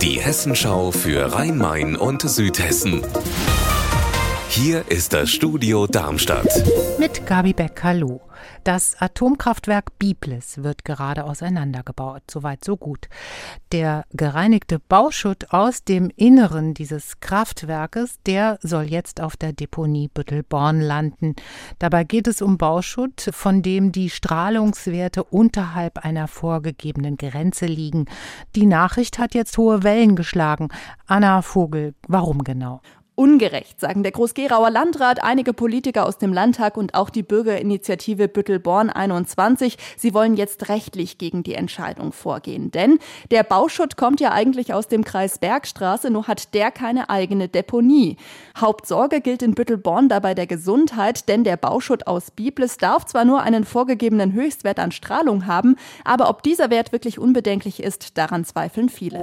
Die Hessenschau für Rhein-Main und Südhessen. Hier ist das Studio Darmstadt. Mit Gabi Beck, hallo. Das Atomkraftwerk Biblis wird gerade auseinandergebaut. Soweit, so gut. Der gereinigte Bauschutt aus dem Inneren dieses Kraftwerkes, der soll jetzt auf der Deponie Büttelborn landen. Dabei geht es um Bauschutt, von dem die Strahlungswerte unterhalb einer vorgegebenen Grenze liegen. Die Nachricht hat jetzt hohe Wellen geschlagen. Anna Vogel, warum genau? Ungerecht, sagen der Groß-Gerauer Landrat, einige Politiker aus dem Landtag und auch die Bürgerinitiative Büttelborn 21. Sie wollen jetzt rechtlich gegen die Entscheidung vorgehen. Denn der Bauschutt kommt ja eigentlich aus dem Kreis Bergstraße, nur hat der keine eigene Deponie. Hauptsorge gilt in Büttelborn dabei der Gesundheit, denn der Bauschutt aus Biblis darf zwar nur einen vorgegebenen Höchstwert an Strahlung haben, aber ob dieser Wert wirklich unbedenklich ist, daran zweifeln viele.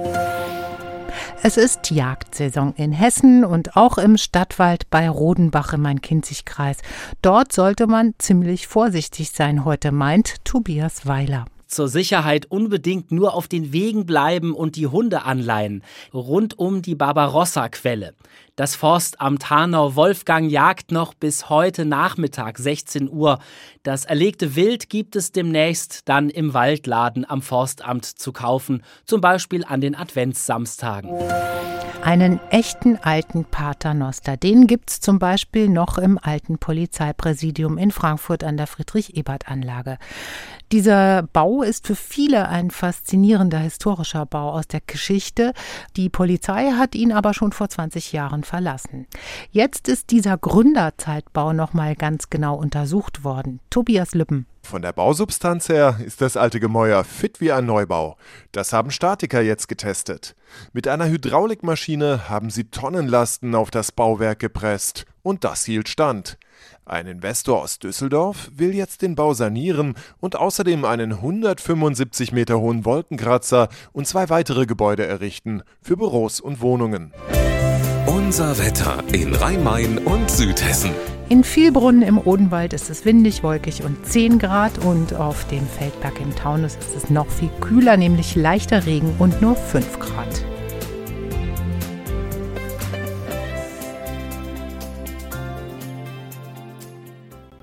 Es ist Jagdsaison in Hessen und auch im Stadtwald bei Rodenbach im Main-Kinzig-Kreis. Dort sollte man ziemlich vorsichtig sein heute, meint Tobias Weiler. Zur Sicherheit unbedingt nur auf den Wegen bleiben und die Hunde anleihen. Rund um die Barbarossa-Quelle. Das Forstamt Hanau-Wolfgang jagt noch bis heute Nachmittag 16 Uhr. Das erlegte Wild gibt es demnächst dann im Waldladen am Forstamt zu kaufen. Zum Beispiel an den Adventssamstagen. Einen echten alten Paternoster, den gibt's zum Beispiel noch im alten Polizeipräsidium in Frankfurt an der Friedrich-Ebert-Anlage. Dieser Bau ist für viele ein faszinierender historischer Bau aus der Geschichte. Die Polizei hat ihn aber schon vor 20 Jahren verlassen. Jetzt ist dieser Gründerzeitbau nochmal ganz genau untersucht worden. Tobias Lübben. Von der Bausubstanz her ist das alte Gemäuer fit wie ein Neubau. Das haben Statiker jetzt getestet. Mit einer Hydraulikmaschine haben sie Tonnenlasten auf das Bauwerk gepresst. Und das hielt stand. Ein Investor aus Düsseldorf will jetzt den Bau sanieren und außerdem einen 175 Meter hohen Wolkenkratzer und 2 weitere Gebäude errichten für Büros und Wohnungen. Unser Wetter in Rhein-Main und Südhessen. In Vielbrunn im Odenwald ist es windig, wolkig und 10 Grad und auf dem Feldberg im Taunus ist es noch viel kühler, nämlich leichter Regen und nur 5 Grad.